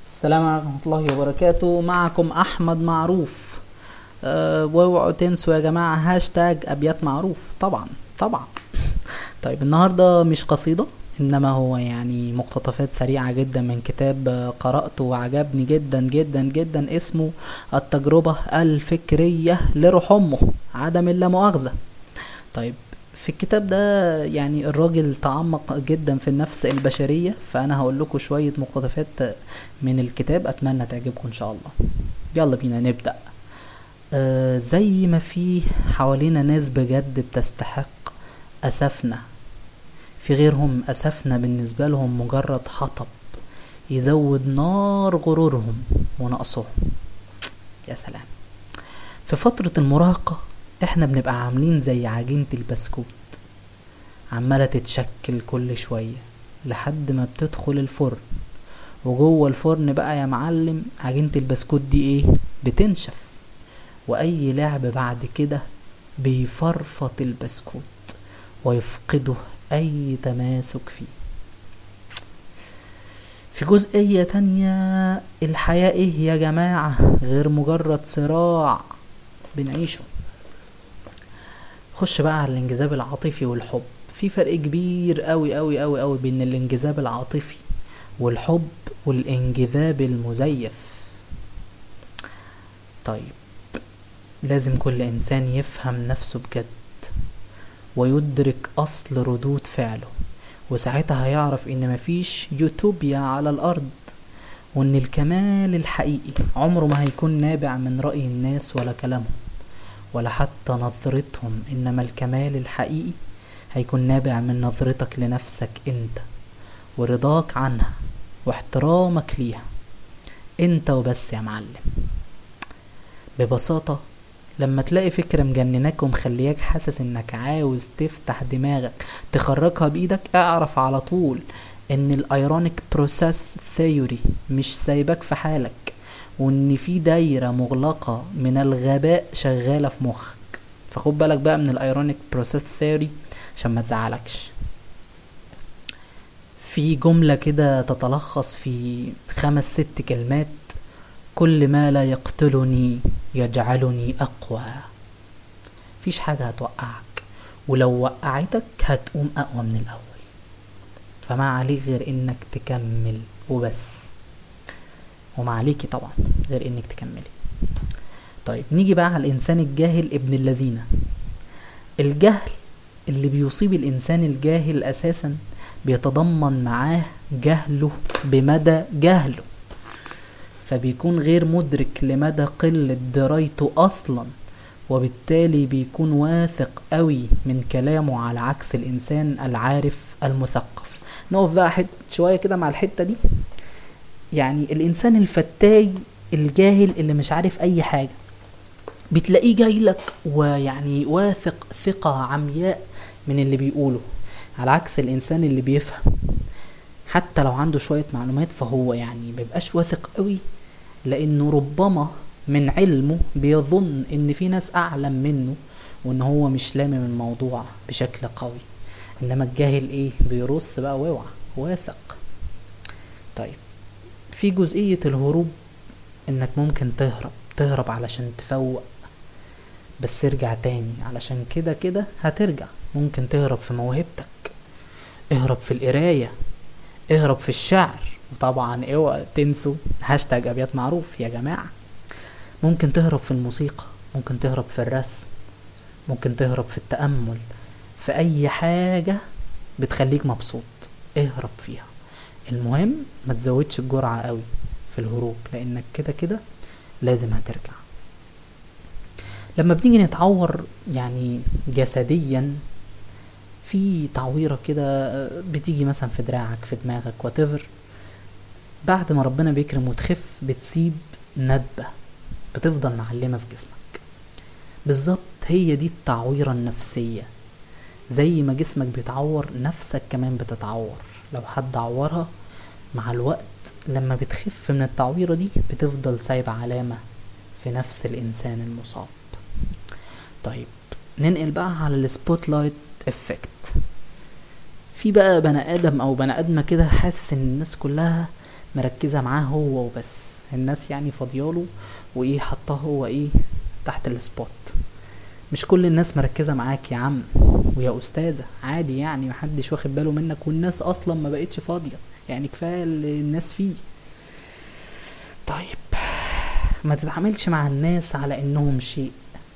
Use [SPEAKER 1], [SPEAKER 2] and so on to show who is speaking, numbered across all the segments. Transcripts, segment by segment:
[SPEAKER 1] السلام عليكم ورحمة الله وبركاته. معكم أحمد معروف. واوعوا تنسوا يا جماعة هاشتاج أبيات معروف. طبعا طبعا. طيب النهاردة مش قصيدة، إنما هو يعني مقتطفات سريعة جدا من كتاب قرأته وعجبني جدا جدا جدا، اسمه التجربة الفكرية لروح أمه عدم اللامؤاخذة. طيب في الكتاب ده يعني الراجل تعمق جدا في النفس البشرية، فأنا هقول لكم شوية مقتطفات من الكتاب، أتمنى تعجبكم إن شاء الله. يلا بينا نبدأ. زي ما في حوالينا ناس بجد بتستحق أسفنا، في غيرهم أسفنا بالنسبة لهم مجرد حطب يزود نار غرورهم ونقصهم. يا سلام. في فترة المراهقة احنا بنبقى عاملين زي عجينة البسكوت، عمالة تتشكل كل شوية لحد ما بتدخل الفرن، وجوه الفرن بقى يا معلم عجينة البسكوت دي ايه؟ بتنشف، واي لعب بعد كده بيفرفط البسكوت ويفقده اي تماسك فيه. في جزئية تانية، الحياة ايه يا جماعة غير مجرد صراع بنعيشه؟ خش بقى على الانجذاب العاطفي والحب. في فرق كبير قوي قوي قوي قوي بين الانجذاب العاطفي والحب والانجذاب المزيف. طيب لازم كل انسان يفهم نفسه بجد ويدرك اصل ردود فعله، وساعتها هيعرف ان مفيش يوتوبيا على الارض، وان الكمال الحقيقي عمره ما هيكون نابع من رأي الناس ولا كلامهم ولا حتى نظرتهم، انما الكمال الحقيقي هيكون نابع من نظرتك لنفسك انت، ورضاك عنها واحترامك ليها انت وبس يا معلم. ببساطة لما تلاقي فكرة مجنناك ومخلياك حاسس انك عاوز تفتح دماغك تخرجها بايدك، اعرف على طول ان الايرونيك بروسيس ثيوري مش سايبك في حالك، وان في دايرة مغلقة من الغباء شغالة في مخك. فخد بالك بقى من الايرونيك بروسيس ثيوري عشان ما تزعلكش. في جملة كده تتلخص في 5 6 كلمات: كل ما لا يقتلني يجعلني اقوى. مفيش حاجة هتوقعك، ولو وقعتك هتقوم اقوى من الاول، فما عليك غير انك تكمل وبس، وما عليكي طبعا غير انك تكملي. طيب نيجي بقى على الانسان الجاهل ابن اللذينة. الجهل اللي بيصيب الانسان الجاهل اساسا بيتضمن معاه جهله بمدى جهله، فبيكون غير مدرك لمدى قلة درايته اصلا، وبالتالي بيكون واثق قوي من كلامه، على عكس الانسان العارف المثقف. نقف بقى شوية كده مع الحتة دي. يعني الانسان الفتاي الجاهل اللي مش عارف اي حاجة بتلاقيه جايلك ويعني واثق ثقة عمياء من اللي بيقوله، على عكس الانسان اللي بيفهم حتى لو عنده شوية معلومات فهو يعني مبيبقاش واثق قوي، لانه ربما من علمه بيظن ان في ناس اعلم منه، وان هو مش لامم الموضوع بشكل قوي. انما الجاهل ايه؟ بيرص بقى واوعى واثق. طيب في جزئية الهروب، انك ممكن تهرب علشان تفوق، بس ارجع تاني علشان كده كده هترجع. ممكن تهرب في موهبتك، اهرب في القراية، اهرب في الشعر، وطبعا اوعى تنسوا هاشتاج ابيات معروف يا جماعة. ممكن تهرب في الموسيقى، ممكن تهرب في الرسم، ممكن تهرب في التأمل، في اي حاجة بتخليك مبسوط اهرب فيها. المهم ما تزودش الجرعة قوي في الهروب، لانك كده كده لازم هترجع. لما بنيجي نتعور يعني جسديا، في تعويرة كده بتيجي مثلا في دراعك في دماغك whatever، بعد ما ربنا بيكرم وتخف بتسيب ندبة بتفضل معلمة في جسمك. بالظبط هي دي التعويرة النفسية. زي ما جسمك بيتعور نفسك كمان بتتعور لو حد عورها. مع الوقت لما بتخف من التعويرة دي بتفضل سايبة علامة في نفس الإنسان المصاب. طيب ننقل بقى على السبوت لايت افكت. في بقى بني ادم او بني ادمة كده حاسس ان الناس كلها مركزة معاه هو وبس، الناس يعني فاضياله وايه حطاه هو ايه تحت السبوت. مش كل الناس مركزة معاك يا عم ويا استاذة، عادي يعني محدش واخد باله منك، والناس اصلا ما بقتش فاضية، يعني كفاية اللي الناس فيه. طيب ما تتعاملش مع الناس على انهم شيء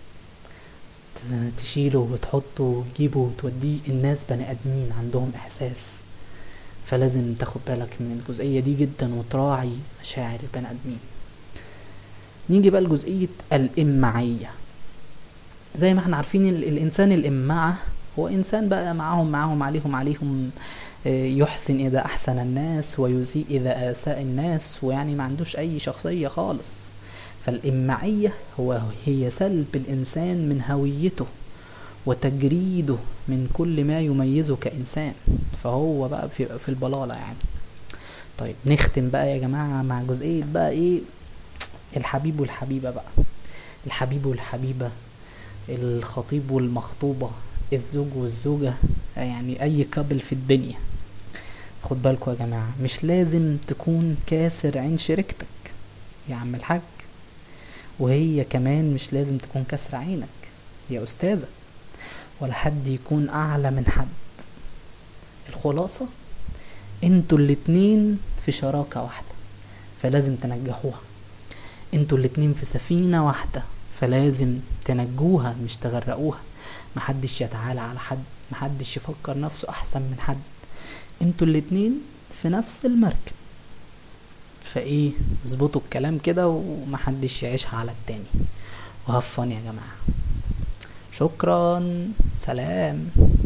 [SPEAKER 1] تشيله وتحطه وتجيبه وتوديه، الناس بني ادمين عندهم احساس، فلازم تاخد بالك من الجزئية دي جدا وتراعي مشاعر البني ادمين. نيجي بقى لجزئية الإمعية. زي ما احنا عارفين الإنسان الإمعة هو إنسان بقى معهم عليهم، يحسن إذا أحسن الناس ويسيء إذا أساء الناس، ويعني ما عندوش أي شخصية خالص. فالإمعية هي سلب الإنسان من هويته وتجريده من كل ما يميزه كإنسان، فهو بقى في البلالة يعني. طيب نختم بقى يا جماعة مع جزئية بقى ايه الحبيب والحبيبة بقى. الحبيب والحبيبة، الخطيب والمخطوبة، الزوج والزوجة، يعني اي كابل في الدنيا. خد بالكوا يا جماعة، مش لازم تكون كاسر عين شريكتك يا عم الحاج، وهي كمان مش لازم تكون كسر عينك يا أستاذة، ولا حد يكون أعلى من حد. الخلاصة انتوا الاتنين في شراكة واحدة فلازم تنجحوها، انتوا الاتنين في سفينة واحدة فلازم تنجوها مش تغرقوها. محدش يتعالى على حد، محدش يفكر نفسه أحسن من حد، انتوا الاتنين في نفس المركب، فايه اظبطوا الكلام كده ومحدش يعيشها على التاني. وهفن يا جماعة، شكرا، سلام.